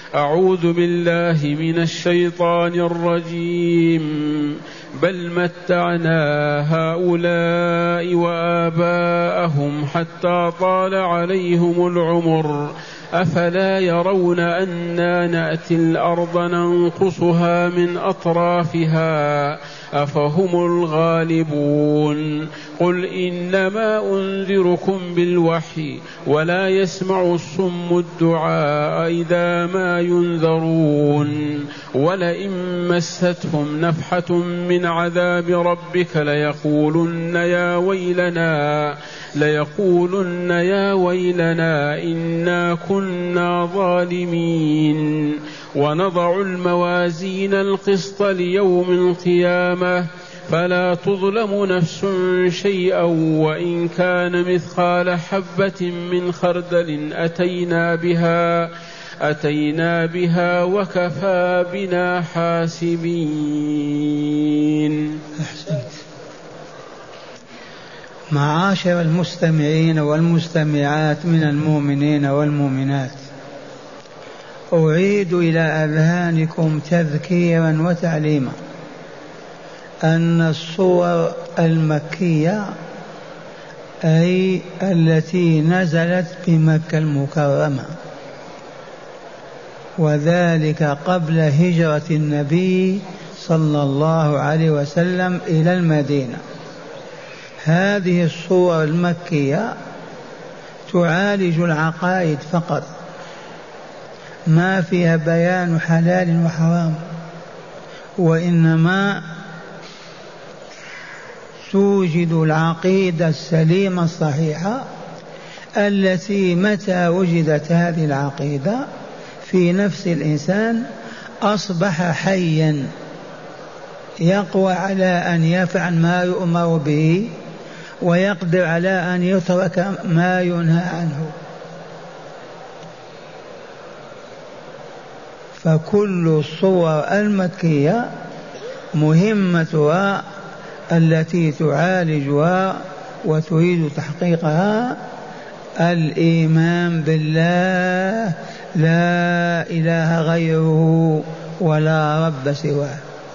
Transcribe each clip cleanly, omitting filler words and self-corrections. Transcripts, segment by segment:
أعوذ بالله من الشيطان الرجيم بل متعنا هؤلاء وآباءهم حتى طال عليهم العمر أفلا يرون أنا نأتي الأرض ننقصها من أطرافها أفهم الغالبون قل إنما أنذركم بالوحي ولا يسمع الصم الدعاء إذا ما ينذرون ولئن مستهم نفحة من عذاب ربك ليقولن يا ويلنا إنا كنا ظالمين ونضع الموازين القسط ليوم القيامة فلا تظلم نفس شيئا وإن كان مثقال حبة من خردل أتينا بها وكفى بنا حاسبين. معاشر المستمعين والمستمعات من المؤمنين والمؤمنات، أعيد إلى أذهانكم تذكيرا وتعليما أن الصور المكية أي التي نزلت بمكة المكرمة، وذلك قبل هجرة النبي صلى الله عليه وسلم إلى المدينة. هذه الصور المكية تعالج العقائد فقط، ما فيها بيان حلال وحرام، وإنما توجد العقيدة السليمة الصحيحة التي متى وجدت هذه العقيدة في نفس الإنسان أصبح حيا يقوى على أن يفعل ما يؤمر به ويقدر على أن يترك ما ينهى عنه. فكل الصور المكية مهمتها التي تعالجها وتريد تحقيقها الإيمان بالله لا إله غيره ولا رب سواه،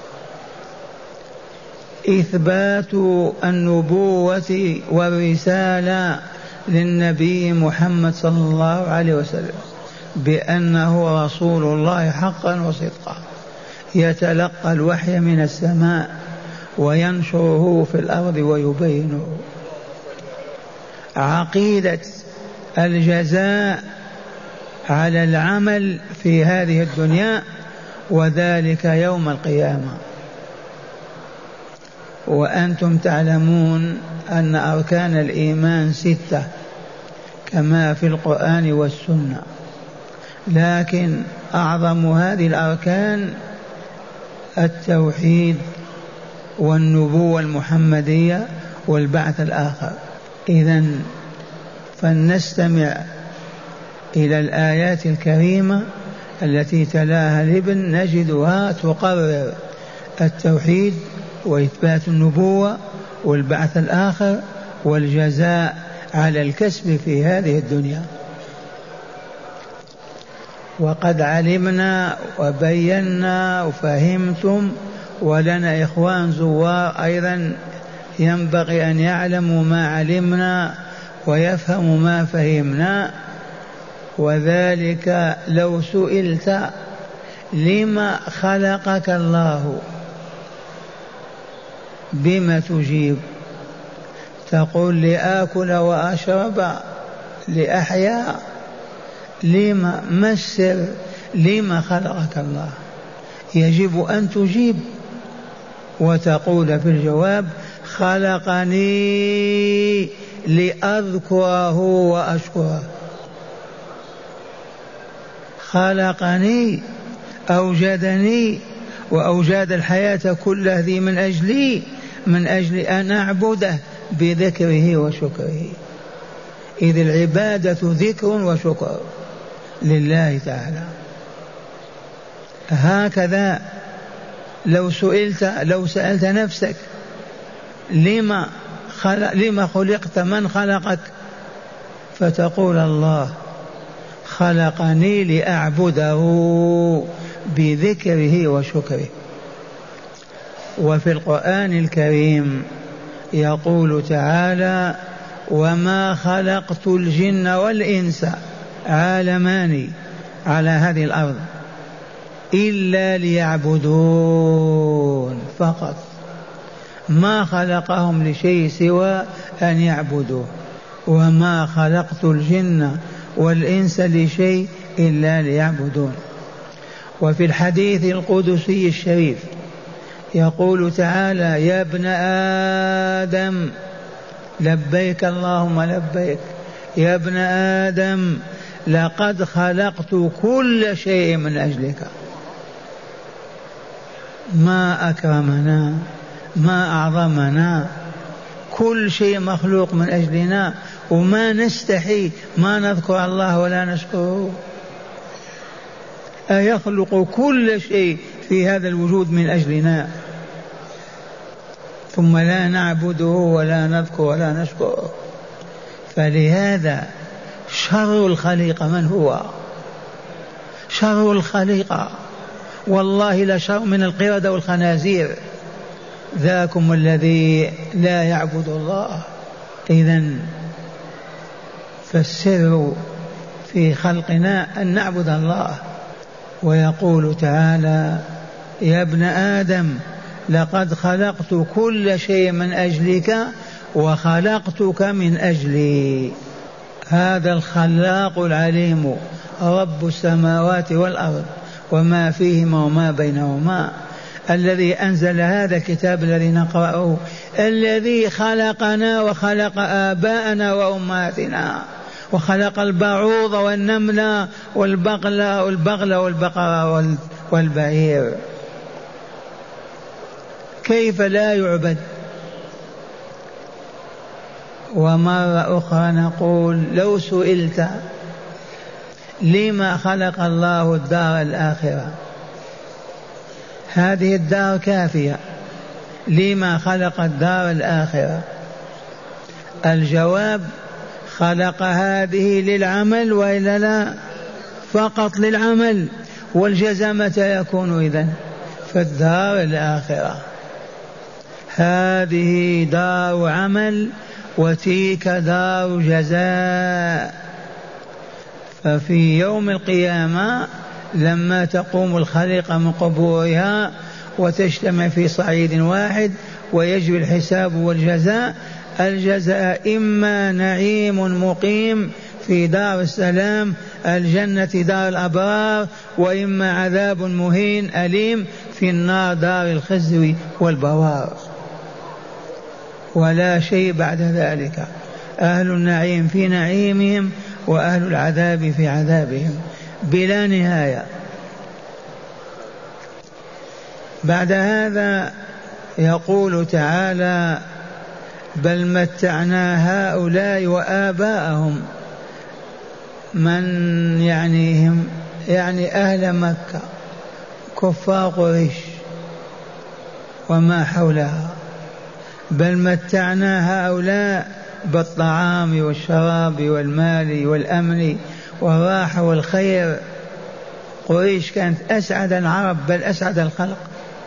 إثبات النبوة والرسالة للنبي محمد صلى الله عليه وسلم بأنه رسول الله حقا وصدقا، يتلقى الوحي من السماء وينشره في الأرض ويبينه. عقيدة الجزاء على العمل في هذه الدنيا وذلك يوم القيامة. وأنتم تعلمون أن أركان الإيمان 6 كما في القرآن والسنة، لكن أعظم هذه الأركان التوحيد والنبوة المحمدية والبعث الآخر. إذن فلنستمع إلى الآيات الكريمة التي تلاها الابن، نجدها تقرر التوحيد وإثبات النبوة والبعث الآخر والجزاء على الكسب في هذه الدنيا. وقد علمنا وبينا وفهمتم، ولنا إخوان زوار أيضا ينبغي أن يعلموا ما علمنا ويفهموا ما فهمنا. وذلك لو سئلت لما خلقك الله بما تجيب؟ تقول لآكل وأشرب لأحيا. لما؟ ما السر؟ لما خلقك الله؟ يجب أن تجيب وتقول في الجواب خلقني لأذكره وأشكره. خلقني، أوجدني وأوجد الحياة كل هذه من أجل أن أعبده بذكره وشكره. إذ العبادة ذكر وشكر لله تعالى. هكذا لو سألت نفسك لما خلقت، من خلقك؟ فتقول الله. خلقني لأعبده بذكره وشكره. وفي القرآن الكريم يقول تعالى: وما خلقت الجن والإنس، عالمان على هذه الأرض، إلا ليعبدون فقط، ما خلقهم لشيء سوى أن يعبدوه. وما خلقت الجن والإنس لشيء إلا ليعبدون. وفي الحديث القدسي الشريف يقول تعالى: يا ابن آدم لبيك اللهم لبيك، يا ابن آدم لقد خلقت كل شيء من أجلك. ما أكرمنا، ما أعظمنا، كل شيء مخلوق من أجلنا، وما نستحي ما نذكر الله ولا نشكره. أيخلق كل شيء في هذا الوجود من أجلنا ثم لا نعبده ولا نذكر ولا نشكره؟ فلهذا شر الخليقة من هو؟ شر الخليقة والله لشر من القردة والخنازير، ذاكم الذي لا يعبد الله. إذن فالسر في خلقنا أن نعبد الله. ويقول تعالى: يا ابن آدم لقد خلقت كل شيء من أجلك وخلقتك من أجلي. هذا الخلاق العليم رب السماوات والأرض وما فيهما وما بينهما، الذي أنزل هذا الكتاب الذي نقرأه، الذي خلقنا وخلق آباءنا وأمهاتنا، وخلق البعوض والنمل والبغل والبقرة والبعير. كيف لا يعبد؟ ومرة أخرى نقول: لو سئلت لما خلق الله الدار الآخرة، هذه الدار كافية، لما خلق الدار الآخرة؟ الجواب: خلق هذه للعمل وإلا لا؟ فقط للعمل، والجزاء متى يكون إذن؟ فالدار الآخرة هذه دار عمل وتلك دار جزاء. ففي يوم القيامة لما تقوم الخليقة من قبورها وتجتمع في صعيد واحد ويجري الحساب والجزاء، الجزاء إما نعيم مقيم في دار السلام الجنة دار الأبرار، وإما عذاب مهين أليم في النار دار الخزي والبوار، ولا شيء بعد ذلك. أهل النعيم في نعيمهم وأهل العذاب في عذابهم بلا نهاية. بعد هذا يقول تعالى: بل متعنا هؤلاء وآباءهم، من يعنيهم؟ يعني أهل مكة كفار قريش وما حولها. بل متعنا هؤلاء بالطعام والشراب والمال والأمن والراحة والخير. قريش كانت أسعد العرب بل أسعد الخلق.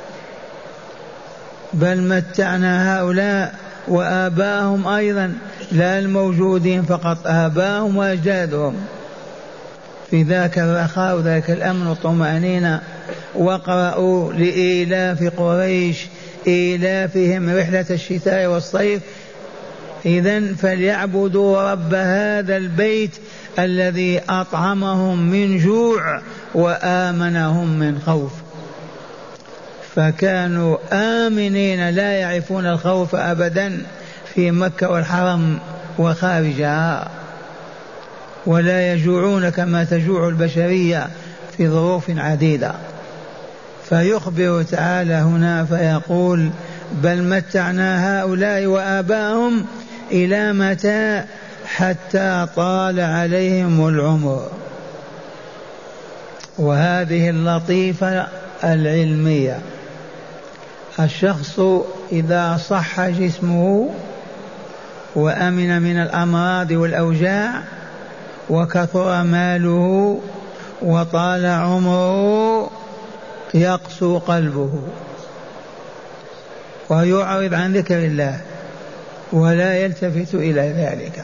بل متعنا هؤلاء وآباءهم أيضا، لا الموجودين فقط، آباءهم وأجدادهم، في ذاك الرخاء وذاك الأمن والطمأنينة. واقرأوا لإيلاف قريش إيلافهم رحلة الشتاء والصيف. إذن فليعبدوا رب هذا البيت الذي أطعمهم من جوع وآمنهم من خوف. فكانوا آمنين لا يعرفون الخوف أبدا في مكة والحرم وخارجها، ولا يجوعون كما تجوع البشرية في ظروف عديدة. فيخبر تعالى هنا فيقول: بل متعنا هؤلاء وآباءهم إلى متى؟ حتى طال عليهم العمر. وهذه اللطيفة العلمية: الشخص إذا صح جسمه وأمن من الأمراض والأوجاع وكثر ماله وطال عمره يقسو قلبه ويعرض عن ذكر الله ولا يلتفت إلى ذلك،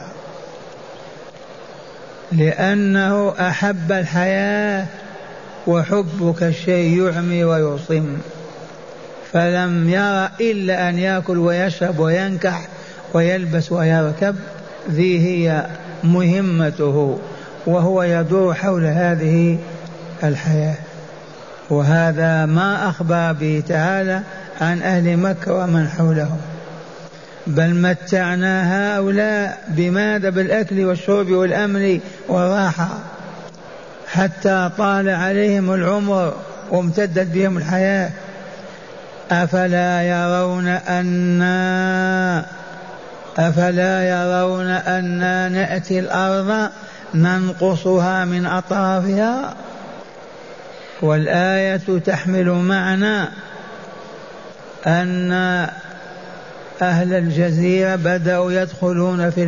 لأنه أحب الحياة، وحبك الشيء يعمي ويصم، فلم يرى إلا أن يأكل ويشرب وينكح ويلبس ويركب، ذي هي مهمته، وهو يدور حول هذه الحياة. وهذا ما أخبر به تعالى عن أهل مكة ومن حولهم، بل متعنا هؤلاء بماذا؟ بالأكل والشرب والأمن والراحة، حتى طال عليهم العمر وامتدت بهم الحياة. أفلا يرون أنا نأتي الأرض ننقصها من أطرافها؟ والآية تحمل معنى أن أهل الجزيرة بدأوا يدخلون في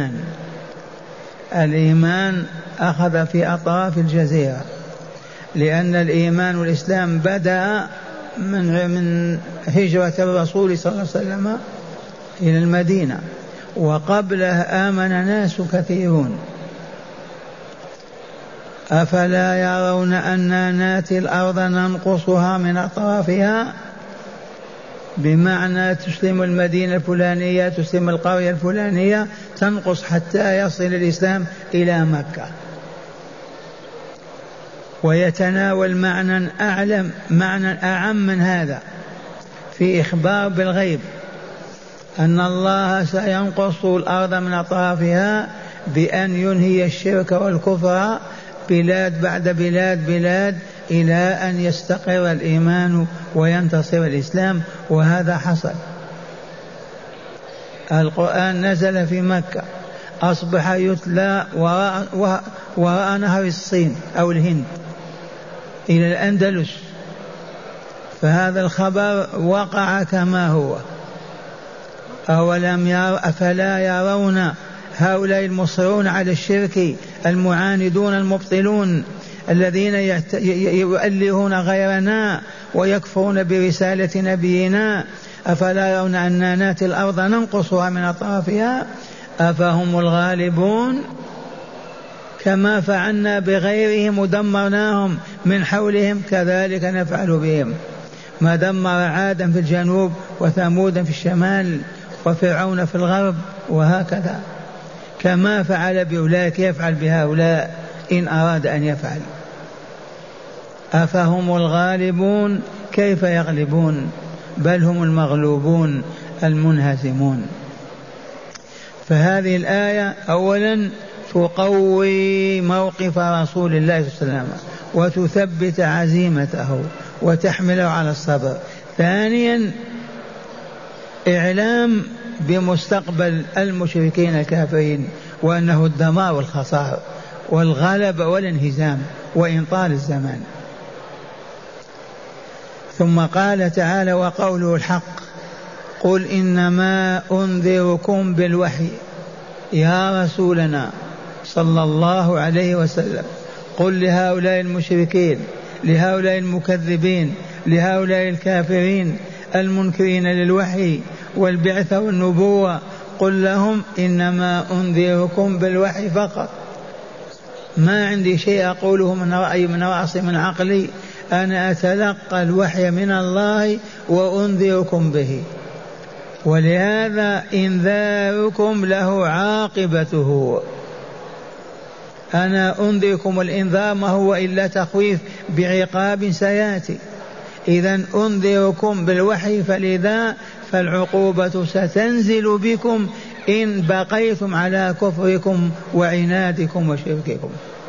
الإيمان أخذ في أطراف الجزيرة، لأن الإيمان والإسلام بدأ من هجرة الرسول صلى الله عليه وسلم إلى المدينة، وقبله آمن ناس كثيرون. أفلا يرون أننا نأتي الأرض ننقصها من أطرافها، بمعنى تسلم المدينة الفلانية، تسلم القرية الفلانية، تنقص حتى يصل الإسلام إلى مكة. ويتناول معنى أعلم، معنى أعم من هذا في إخبار بالغيب، أن الله سينقص الأرض من أطرافها بأن ينهي الشرك والكفر بلاد بعد بلاد إلى أن يستقر الإيمان وينتصر الإسلام. وهذا حصل. القرآن نزل في مكة، أصبح يتلى وراء نهر الصين أو الهند إلى الأندلس، فهذا الخبر وقع كما هو. أفلا يرون هؤلاء المصرون على الشرك المعاندون المبطلون الذين يؤلهون غيرنا ويكفرون برسالة نبينا، أفلا يرون أننا نأتي الأرض ننقصها من أطرافها أفهم الغالبون؟ كما فعلنا بغيرهم ودمرناهم من حولهم كذلك نفعل بهم. ما دمر عادا في الجنوب وثمودا في الشمال وفرعون في الغرب، وهكذا كما فعل بأولئك يفعل بهؤلاء إن أراد أن يفعل. أفهم الغالبون؟ كيف يغلبون؟ بل هم المغلوبون المنهزمون. فهذه الآية أولا تقوي موقف رسول الله صلى الله عليه وسلم وتثبت عزيمته وتحمله على الصبر. ثانيا إعلام بمستقبل المشركين الكافرين، وأنه الدمار والخسار والغلبة والانهزام وإن طال الزمان. ثم قال تعالى وقوله الحق: قل إنما أنذركم بالوحي. يا رسولنا صلى الله عليه وسلم قل لهؤلاء المشركين، لهؤلاء المكذبين، لهؤلاء الكافرين المنكرين للوحي والبعثة والنبوة، قل لهم إنما أنذركم بالوحي فقط، ما عندي شيء أقوله من رأي من رأسي من عقلي، أنا أتلقى الوحي من الله وأنذركم به. ولهذا إنذاركم له عاقبته. أنا أنذركم، الإنذار ما هو إلا تخويف بعقاب سيأتي. إذا أنذركم بالوحي، فلذا فالعقوبة ستنزل بكم إن بقيتم على كفركم وعنادكم وشرككم.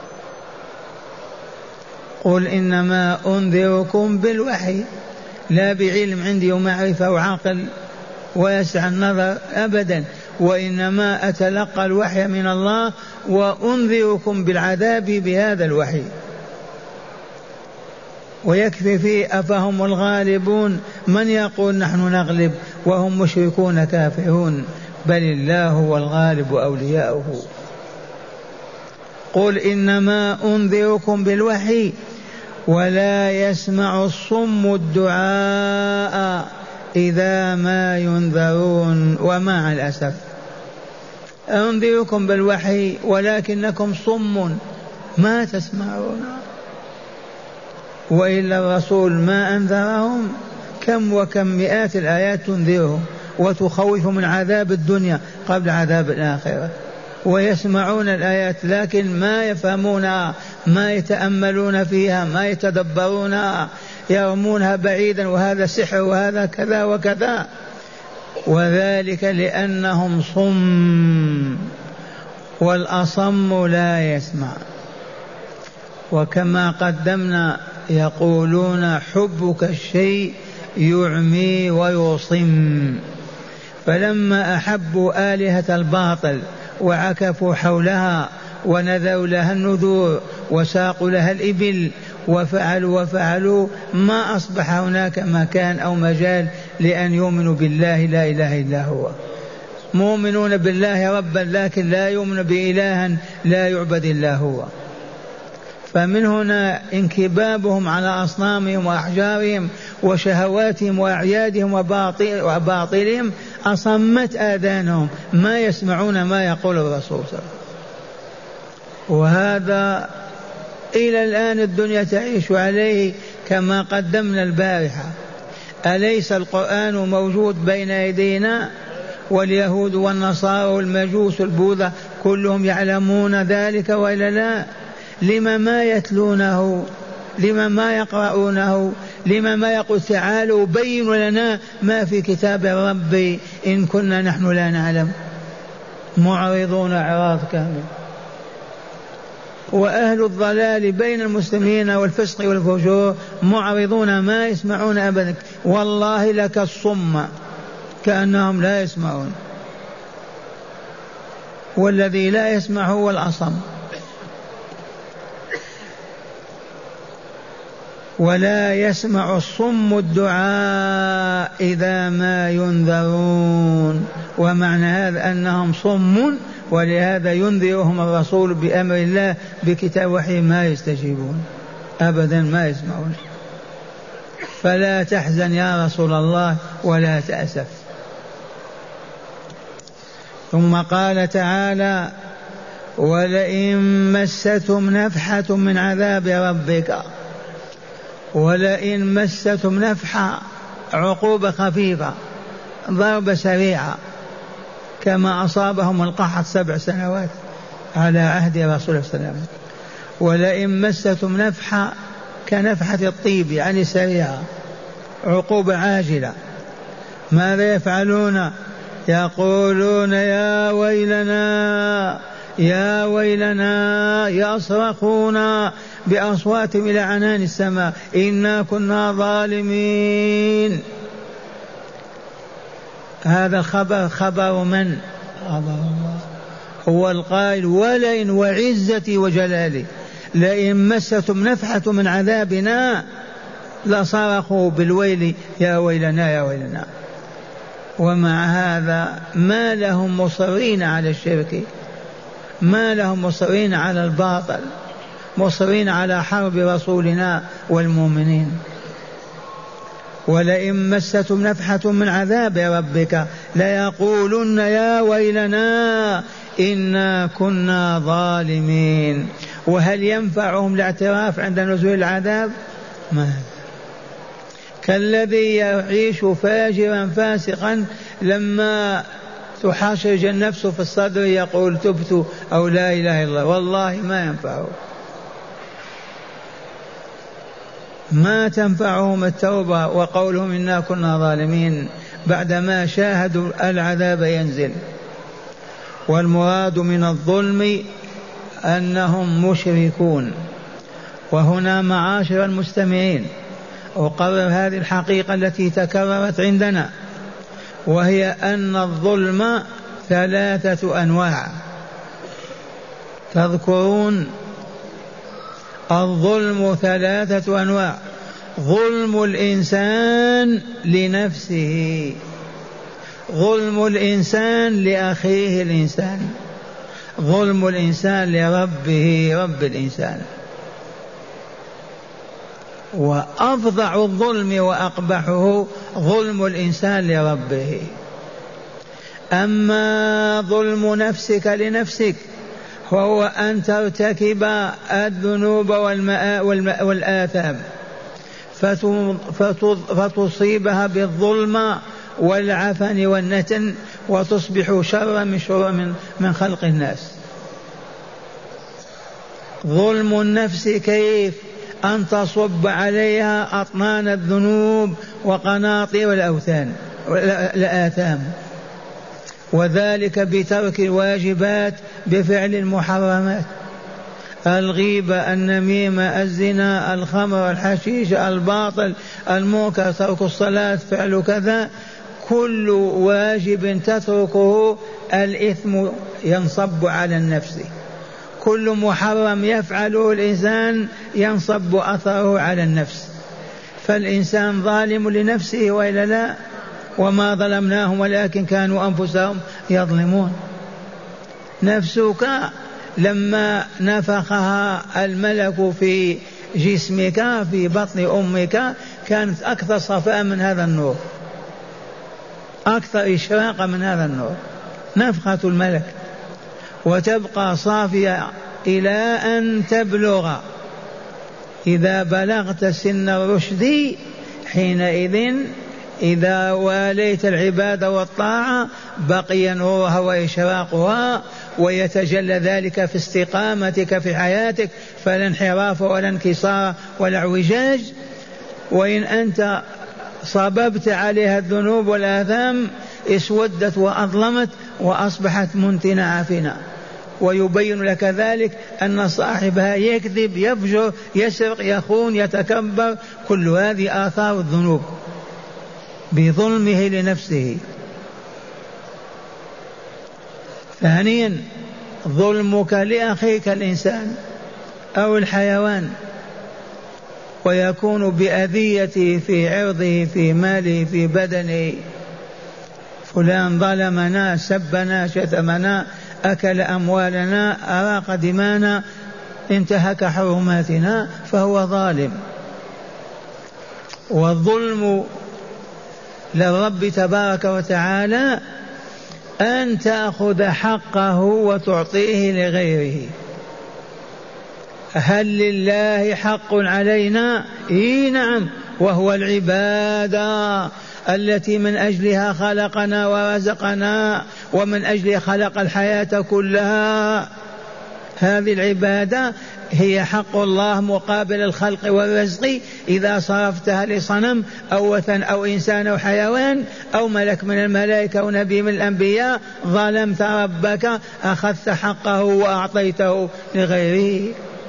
قل إنما أنذركم بالوحي، لا بعلم عندي ومعرفة وعقل ويسع النظر أبدا، وإنما أتلقى الوحي من الله وأنذركم بالعذاب بهذا الوحي. ويكفي فيه أفهم الغالبون؟ من يقول نحن نغلب وهم مشركون كافرون؟ بل الله هو الغالب وأولياؤه. قل إنما أنذركم بالوحي ولا يسمع الصم الدعاء إذا ما ينذرون. ومع الأسف أنذركم بالوحي ولكنكم صم ما تسمعون، وإلا الرسول ما أنذرهم كم وكم مئات الآيات تنذرهم وتخوف من عذاب الدنيا قبل عذاب الآخرة، ويسمعون الآيات لكن ما يفهمونها، ما يتأملون فيها، ما يتدبرونها، يرمونها بعيدا، وهذا سحر وهذا كذا وكذا، وذلك لأنهم صم، والأصم لا يسمع. وكما قدمنا يقولون حبك الشيء يعمي ويصم، فلما أحبوا آلهة الباطل وعكفوا حولها ونذروا لها النذور وساقوا لها الإبل وفعلوا ما أصبح هناك مكان أو مجال لأن يؤمنوا بالله لا إله إلا هو. مؤمنون بالله ربا لكن لا يؤمن بإلها لا يعبد إلا هو. فمن هنا انكبابهم على أصنامهم وأحجارهم وشهواتهم وأعيادهم وباطلهم أصمت آذانهم، ما يسمعون ما يقول الرسول صلى الله عليه وسلم. وهذا إلى الآن الدنيا تعيش عليه كما قدمنا البارحة. أليس القرآن موجود بين أيدينا؟ واليهود والنصارى والمجوس والبوذا كلهم يعلمون ذلك وإلا لا؟ لما ما يتلونه؟ لما ما يقرؤونه؟ لما ما يقول تعالوا بينوا لنا ما في كتاب الرب إن كنا نحن لا نعلم؟ معرضون إعراض كامل. وأهل الضلال بين المسلمين والفسق والفجور معرضون ما يسمعون أبدا، والله لك الصم كأنهم لا يسمعون، والذي لا يسمع هو الأصم. ولا يسمع الصم الدعاء إذا ما ينذرون. ومعنى هذا أنهم صم، ولهذا ينذرهم الرسول بأمر الله بكتاب وحي ما يستجيبون أبدا، ما يسمعون. فلا تحزن يا رسول الله ولا تأسف. ثم قال تعالى ولئن مستهم نفحة من عذاب ربك، ولئن مستهم نفحة عقوبة خفيفة ضربة سريعة كما أصابهم القحط 7 سنوات على عهد رسول الله صلى الله عليه وسلم. ولئن مستهم نفحة كنفحة الطيب يعني سريعة، عقوبة عاجلة. ماذا يفعلون؟ يقولون يا ويلنا يا ويلنا، يصرخون بأصواتهم إلى عنان السماء إنا كنا ظالمين. هذا الخبر خبر من؟ الله هو القائل ولئن وعزتي وجلالي لئن مستهم نفحة من عذابنا لصرخوا بالويل يا ويلنا يا ويلنا. ومع هذا ما لهم مصرين على الشرك، ما لهم مصرين على الباطل، مصرين على حرب رسولنا والمؤمنين. ولئن مستهم نفحة من عذاب ربك ليقولن يا ويلنا إنا كنا ظالمين. وهل ينفعهم الاعتراف عند نزول العذاب؟ ما. كالذي يعيش فاجرا فاسقا لما تحاشج النفس في الصدر يقول تبت أو لا إله إلا الله، والله ما ينفعه، ما تنفعهم التوبة وقولهم إنا كنا ظالمين بعدما شاهدوا العذاب ينزل. والمراد من الظلم أنهم مشركون. وهنا معاشر المستمعين أقرر هذه الحقيقة التي تكررت عندنا، وهي أن الظلم 3 أنواع. تذكرون الظلم 3 أنواع: ظلم الإنسان لنفسه، ظلم الإنسان لأخيه الإنسان، ظلم الإنسان لربه رب الإنسان. وأفظع الظلم وأقبحه ظلم الإنسان لربه. أما ظلم نفسك لنفسك وهو أن ترتكب الذنوب والآثام فتصيبها بالظلم والعفن والنتن وتصبح شرا من خلق الناس. ظلم النفس كيف؟ أن تصب عليها أطنان الذنوب وقناطير الآثام، وذلك بترك الواجبات بفعل المحرمات، الغيبة، النميمة، الزنا، الخمر، الحشيش، الباطل، المنكر، ترك الصلاة، فعل كذا. كل واجب تتركه الإثم ينصب على النفس، كل محرم يفعله الإنسان ينصب أثره على النفس. فالإنسان ظالم لنفسه وإلا لا؟ وما ظلمناهم ولكن كانوا أنفسهم يظلمون. نفسك لما نفخها الملك في جسمك في بطن أمك كانت أكثر صفاء من هذا النور، أكثر إشراقا من هذا النور، نفخة الملك، وتبقى صافية إلى أن تبلغ. إذا بلغت سن الرشد حينئذ إذا واليت العبادة والطاعة بقي نورها وإشراقها، ويتجلى ذلك في استقامتك في حياتك، فلا انحراف ولا انكسار ولا اعوجاج. وإن أنت صببت عليها الذنوب والآثام اسودت وأظلمت وأصبحت منتنة عافنة. ويبين لك ذلك أن صاحبها يكذب، يفجر، يسرق، يخون، يتكبر، كل هذه آثار الذنوب بظلمه لنفسه. ثانيا ظلمك لأخيك الإنسان أو الحيوان، ويكون بأذيته في عرضه، في ماله، في بدنه. فلان ظلمنا، سبنا، شتمنا، أكل أموالنا، أراق دمانا، انتهك حرماتنا، فهو ظالم. والظلم للرب تبارك وتعالى أن تأخذ حقه وتعطيه لغيره. هل لله حق علينا؟ إيه نعم، وهو العبادة التي من أجلها خلقنا ورزقنا ومن أجلها خلق الحياة كلها. هذه العبادة هي حق الله مقابل الخلق والرزق. إذا صرفتها لصنم أو وثن أو إنسان أو حيوان أو ملك من الملائكة أو نبي من الأنبياء ظلمت ربك، أخذت حقه وأعطيته لغيره.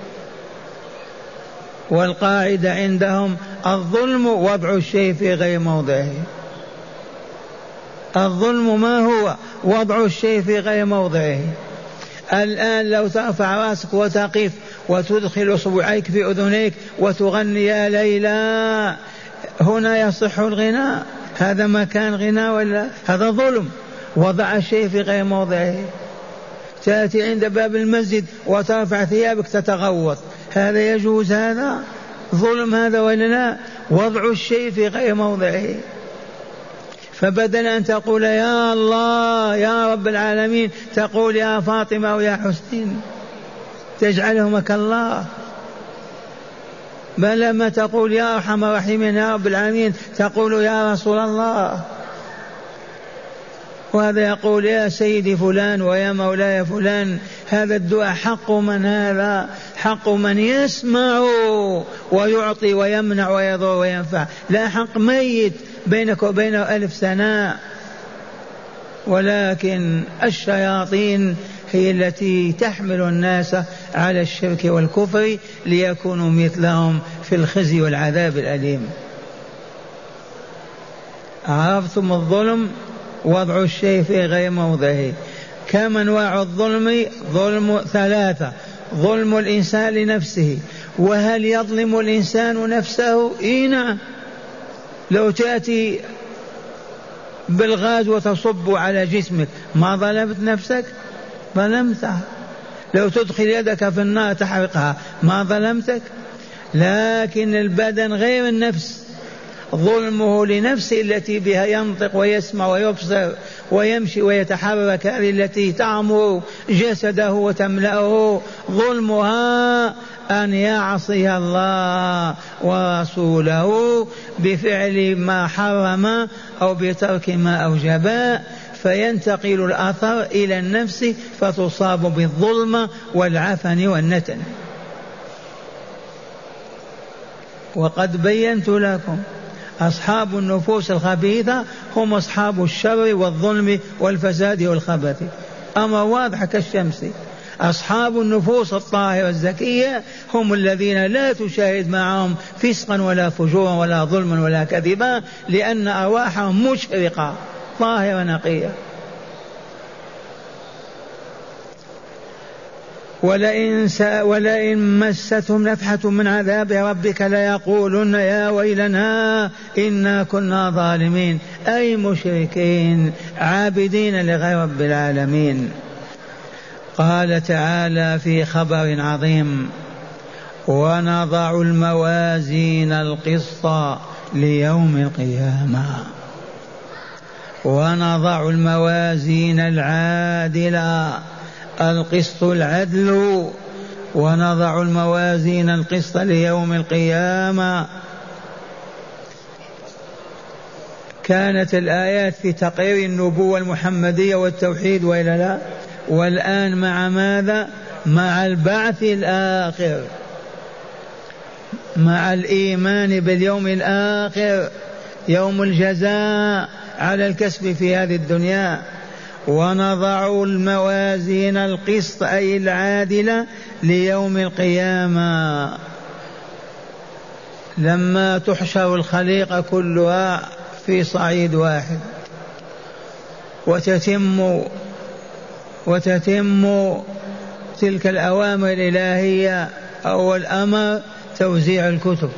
والقاعدة عندهم الظلم وضع الشيء في غير موضعه. الظلم ما هو؟ وضع الشيء في غير موضعه. الآن لو ترفع راسك وتقف وتدخل اصبعيك في أذنيك وتغني يا ليلى، هنا يصح الغناء؟ هذا مكان غناء ولا؟ هذا ظلم، وضع الشيء في غير موضعه. تأتي عند باب المسجد وترفع ثيابك تتغوط، هذا يجوز؟ هذا ظلم هذا ولا لا؟ وضع الشيء في غير موضعه. فبدل أن تقول يا الله يا رب العالمين تقول يا فاطمة أو يا حسين، تجعلهما كالله. بل لما تقول يا أرحم الراحمين يا رب العالمين تقول يا رسول الله. وهذا يقول يا سيدي فلان ويا مولاي فلان. هذا الدعاء حق من؟ هذا حق من يسمع ويعطي ويمنع ويضر وينفع، لا حق ميت بينك وبينه 1000 سنة. ولكن الشياطين هي التي تحمل الناس على الشرك والكفر ليكونوا مثلهم في الخزي والعذاب الأليم. عرفتم الظلم؟ وضع الشيء في غير موضعه. كم أنواع الظلم؟ ظلم 3. ظلم الإنسان لنفسه. وهل يظلم الإنسان نفسه؟ إيه نعم. لو تأتي بالغاز وتصب على جسمك ما ظلمت نفسك؟ ظلمتها. لو تدخل يدك في النار تحرقها ما ظلمتك؟ لكن البدن غير النفس، ظلمه لنفسه التي بها ينطق ويسمع ويبصر ويمشي ويتحرك، هذه التي تعمر جسده وتملأه، ظلمها أن يعصي الله ورسوله بفعل ما حرم أو بترك ما أوجب، فينتقل الأثر إلى النفس فتصاب بالظلم والعفن والنتن. وقد بينت لكم أصحاب النفوس الخبيثة هم أصحاب الشر والظلم والفساد والخبث، أمر واضح كالشمس. أصحاب النفوس الطاهرة الزكية هم الذين لا تشاهد معهم فسقا ولا فجورا ولا ظلما ولا كذبا، لأن أرواحهم مشرقة طاهرة نقية. ولئن مستهم نفحة من عذاب ربك ليقولن يا ويلنا إنا كنا ظالمين، أي مشركين عابدين لغير رب العالمين. قال تعالى في خبر عظيم: ونضع الموازين القسط ليوم القيامة، ونضع الموازين العادلة، القسط العدل، ونضع الموازين القسط ليوم القيامة. كانت الآيات في تقرير النبوة المحمدية والتوحيد وإلا لا؟ والآن مع ماذا؟ مع البعث الآخر، مع الإيمان باليوم الآخر، يوم الجزاء على الكسب في هذه الدنيا. ونضع الموازين القسط أي العادلة ليوم القيامة، لما تحشر الخليقة كلها في صعيد واحد وتتم تلك الأوامر الإلهية. أول أمر توزيع الكتب،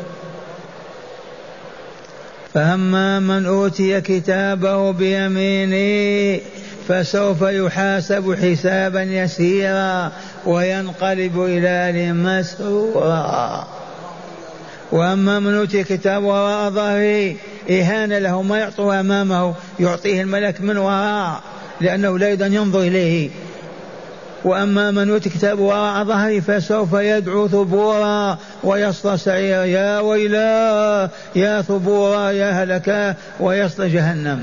فأما من أوتي كتابه بيمينه فسوف يحاسب حسابا يسيرا وينقلب إلى أهله مسرورا. وأما من أوتي كتابه وراء ظهره إهانة له، ما يعطوه أمامه، يعطيه الملك من وراء لأنه لا يريد أن ينظر إليه. وأما من أوتي كتابه وراء ظهره فسوف يدعو ثبورا ويصلى سعيرا، يا ويلا يا ثبورا يا هلكا، ويصلى جهنم.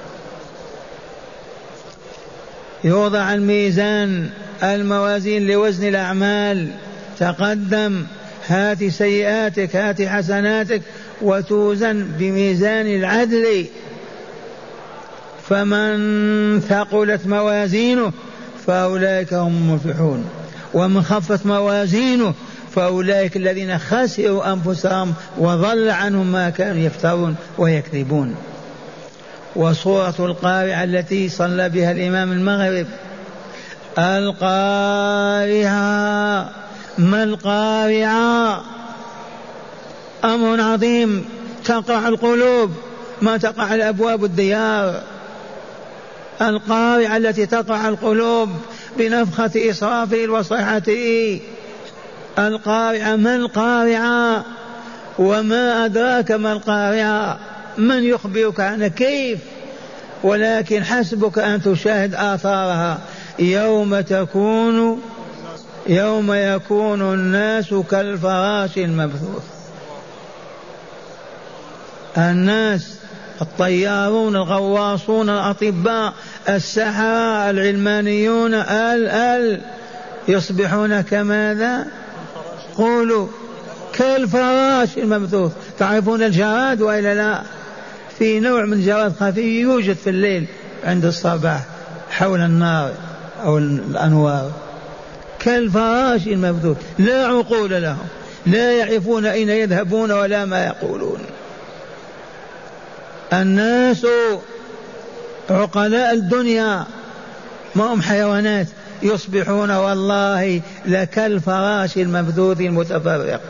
يوضع الميزان، الموازين لوزن الأعمال، تقدم هات سيئاتك هات حسناتك وتوزن بميزان العدل. فمن ثقلت موازينه فأولئك هم المفلحون، ومن خفت موازينه فأولئك الذين خسروا أنفسهم وضل عنهم ما كانوا يفترون ويكذبون. وصورة القارعة التي صلى بها الإمام المغرب: القارعة. ما القارعة؟ أمر عظيم، تقع القلوب ما تقع الأبواب الديار. القارعة التي تقع القلوب بنفخة إسرافيل وصيحته. القارعة. ما القارعة؟ وما أدراك ما القارعة؟ من يخبرك عنها؟ كيف؟ ولكن حسبك أن تشاهد آثارها يوم يكون الناس كالفراش المبثوث. الناس الطيارون الغواصون الأطباء السحرة العلمانيون يصبحون كماذا؟ قولوا كالفراش المبثوث. تعرفون الجراد وإلا لا؟ في نوع من الجراد خفي يوجد في الليل عند الصباح حول النار أو الأنوار، كالفراش المبثوث، لا عقول لهم، لا يعرفون أين يذهبون ولا ما يقولون. الناس عقلاء الدنيا ما هم حيوانات، يصبحون والله لكالفراش المبثوث المتفرق.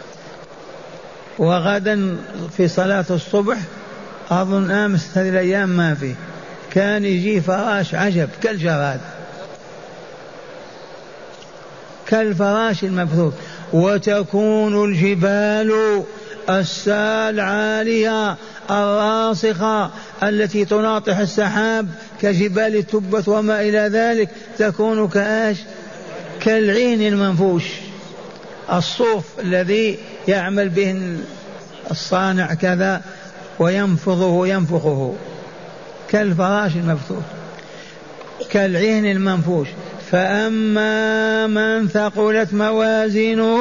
وغدا في صلاة الصبح أظن أمس هذه الأيام ما فيه، كان يجي فراش عجب كالجراد. كالفراش المبثوث. وتكون الجبال السال عالية الراسخة التي تناطح السحاب كجبال التبة وما إلى ذلك، تكون كالعين المنفوش، الصوف الذي يعمل به الصانع كذا وينفضه ينفخه، كالفراش المبثوث كالعين المنفوش. فأما من ثقلت موازينه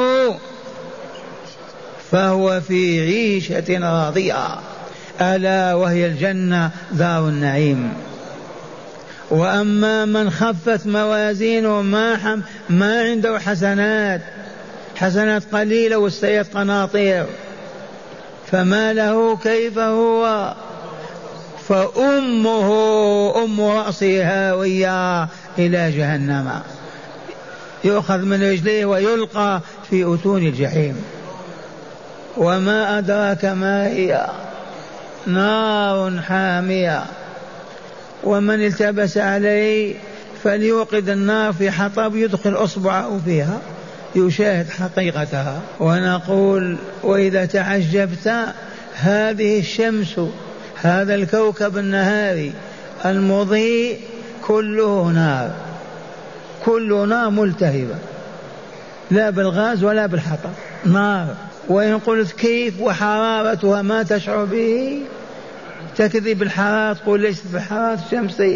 فهو في عيشة راضية، ألا وهي الجنة دار النعيم. وأما من خفت موازينه ما عنده حسنات قليلة والسيئات قناطير، فما له كيف هو؟ فأمه أم رأسه هاوية إلى جهنم، يؤخذ من رجليه ويلقى في أتون الجحيم. وما أدراك ما هي؟ نار حامية. ومن التبس عليه فليوقد النار في حطب يدخل أصبعه فيها يشاهد حقيقتها. ونقول وإذا تعجبت هذه الشمس، هذا الكوكب النهاري المضيء كله نار، كله نار ملتهبة، لا بالغاز ولا بالحطب، نار. وإن قلت كيف وحرارتها ما تشعر به، تكذب الحرارة، تقول ليست بحرارة الشمس.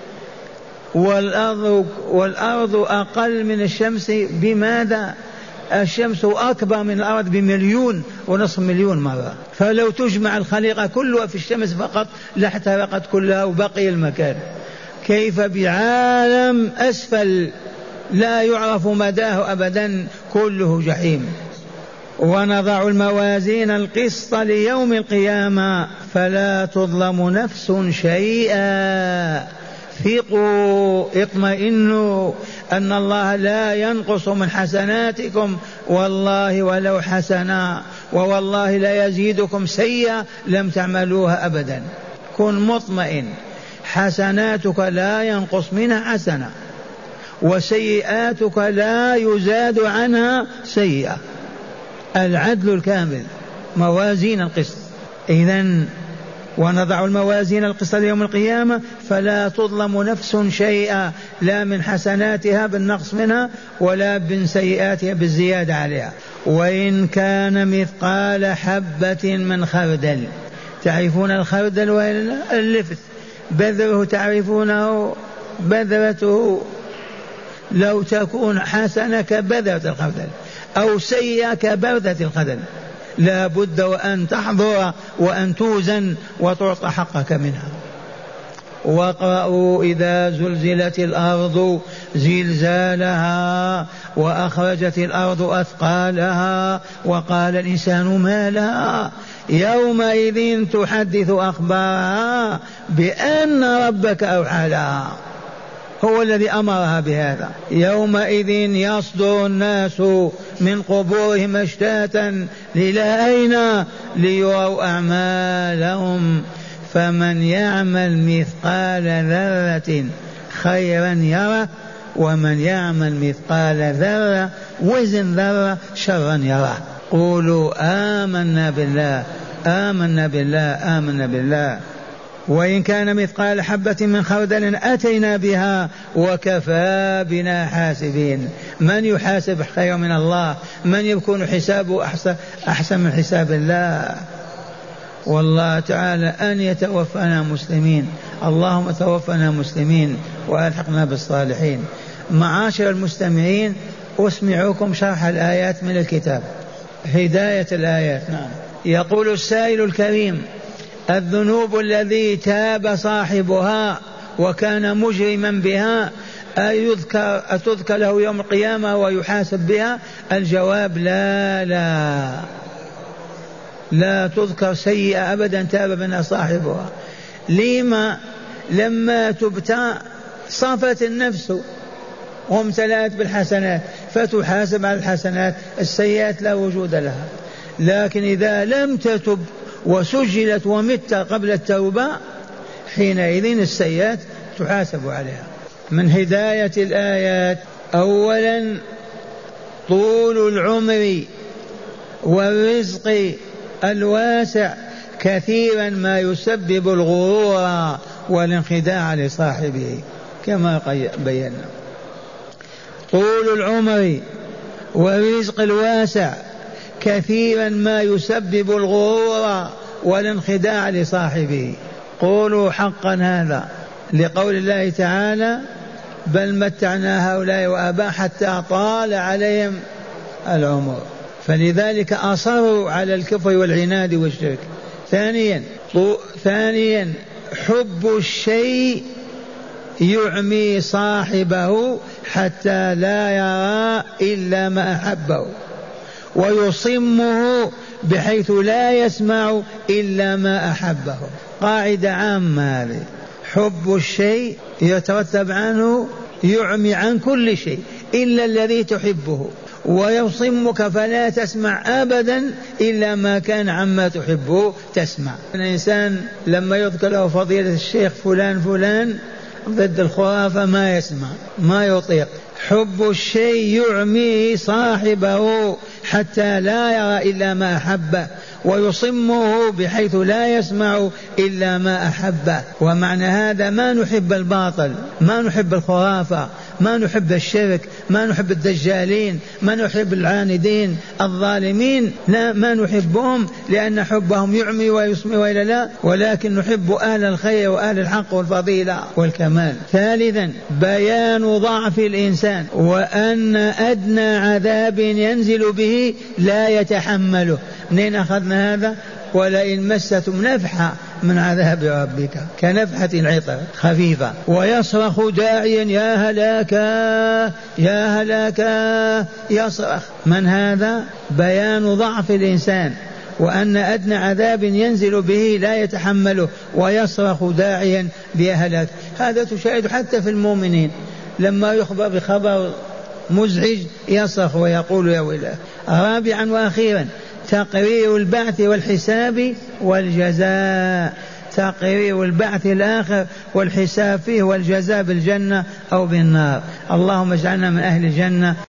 والأرض أقل من الشمس بماذا؟ الشمس أكبر من الأرض ب1.5 مليون مرة. فلو تجمع الخليقة كلها في الشمس فقط لاحترقت كلها وبقي المكان. كيف بعالم أسفل لا يعرف مداه أبدا، كله جحيم. ونضع الموازين القسط ليوم القيامة فلا تظلم نفس شيئا. ثقوا اطمئنوا أن الله لا ينقص من حسناتكم والله ولو حسنا، ووالله لا يزيدكم سيئة لم تعملوها أبدا. كن مطمئن، حسناتك لا ينقص منها حسنة، وسيئاتك لا يزاد عنها سيئة. العدل الكامل، موازين القسط. إذن ونضع الموازين القسط ليوم القيامة فلا تظلم نفس شيئا، لا من حسناتها بالنقص منها ولا من سيئاتها بالزيادة عليها. وإن كان مثقال حبة من خردل، تعرفون الخردل واللفت، بذره تعرفونه، بذرته لو تكون حسنة كبذرة الخردل أو سيئة كبردة الخردل لا بد وأن تحضر وأن توزن وتعطى حقك منها. واقرأوا إذا زلزلت الأرض زلزالها وأخرجت الأرض أثقالها وقال الإنسان ما لها يومئذ تحدث أخبارها بأن ربك أوحى لها، هو الذي أمرها بهذا. يومئذ يصدر الناس من قبورهم أشتاتا إلى أين؟ ليروا أعمالهم، فمن يعمل مثقال ذرة خيرا يره ومن يعمل مثقال ذرة وزن ذرة شرا يره. قولوا آمنا بالله آمنا بالله آمنا بالله. وإن كان مثقال حبة من خردل أتينا بها وكفى بنا حاسبين. من يحاسب خير من الله؟ من يكون حسابه أحسن من حساب الله؟ والله تعالى أن يتوفنا مسلمين. اللهم توفنا مسلمين وألحقنا بالصالحين. معاشر المستمعين، أسمعكم شرح الآيات من الكتاب، هداية الآيات. نعم. يقول السائل الكريم: الذنوب الذي تاب صاحبها وكان مجرما بها أتذكر له يوم القيامة ويحاسب بها؟ الجواب لا تذكر سيئة أبدا تاب منها صاحبها. لما؟ لما تبت صفت النفس وامتلأت بالحسنات فتحاسب على الحسنات، السيئات لا وجود لها. لكن إذا لم تتب وسجلت ومت قبل التوبة حينئذ السيئات تحاسب عليها. من هداية الآيات: أولا طول العمر والرزق الواسع كثيرا ما يسبب الغرور والانخداع لصاحبه كما بينا. طول العمر والرزق الواسع كثيرا ما يسبب الغرور والانخداع لصاحبه. قولوا حقا هذا لقول الله تعالى بل متعنا هؤلاء وآباء حتى طال عليهم العمر، فلذلك أصروا على الكفر والعناد والشرك. ثانيا حب الشيء يعمي صاحبه حتى لا يرى إلا ما أحبه، ويصمه بحيث لا يسمع إلا ما أحبه. قاعدة عامة هذه، حب الشيء يترتب عنه يعمي عن كل شيء إلا الذي تحبه، ويصمك فلا تسمع أبدا إلا ما كان عما تحبه تسمع. الإنسان لما يذكر له فضيلة الشيخ فلان فلان ضد الخرافة ما يسمع ما يطيق. حب الشيء يعمي صاحبه حتى لا يرى إلا ما أحبه، ويصمه بحيث لا يسمع إلا ما أحبه. ومعنى هذا ما نحب الباطل، ما نحب الخرافة، ما نحب الشرك، ما نحب الدجالين، ما نحب العاندين الظالمين، لا ما نحبهم لأن حبهم يعمي ويسمي وإلا لا، ولكن نحب أهل الخير وأهل الحق والفضيلة والكمال. ثالثا بيان ضعف الإنسان وأن أدنى عذاب ينزل به لا يتحمله. منين أخذنا هذا؟ ولئن مستم نفحة من عذاب ربك كنفحة العطر خفيفة. ويصرخ داعيا يا هلاكا يا هلاكا يصرخ. من هذا؟ بيان ضعف الإنسان وأن أدنى عذاب ينزل به لا يتحمله، ويصرخ داعيا بهلاك. هذا تشاهد حتى في المؤمنين لما يخبر بخبر مزعج يصرخ ويقول يا ويله. رابعا وأخيرا تقرير البعث والحساب والجزاء. تقرير البعث الآخر والحساب فيه والجزاء بالجنة أو بالنار. اللهم اجعلنا من أهل الجنة.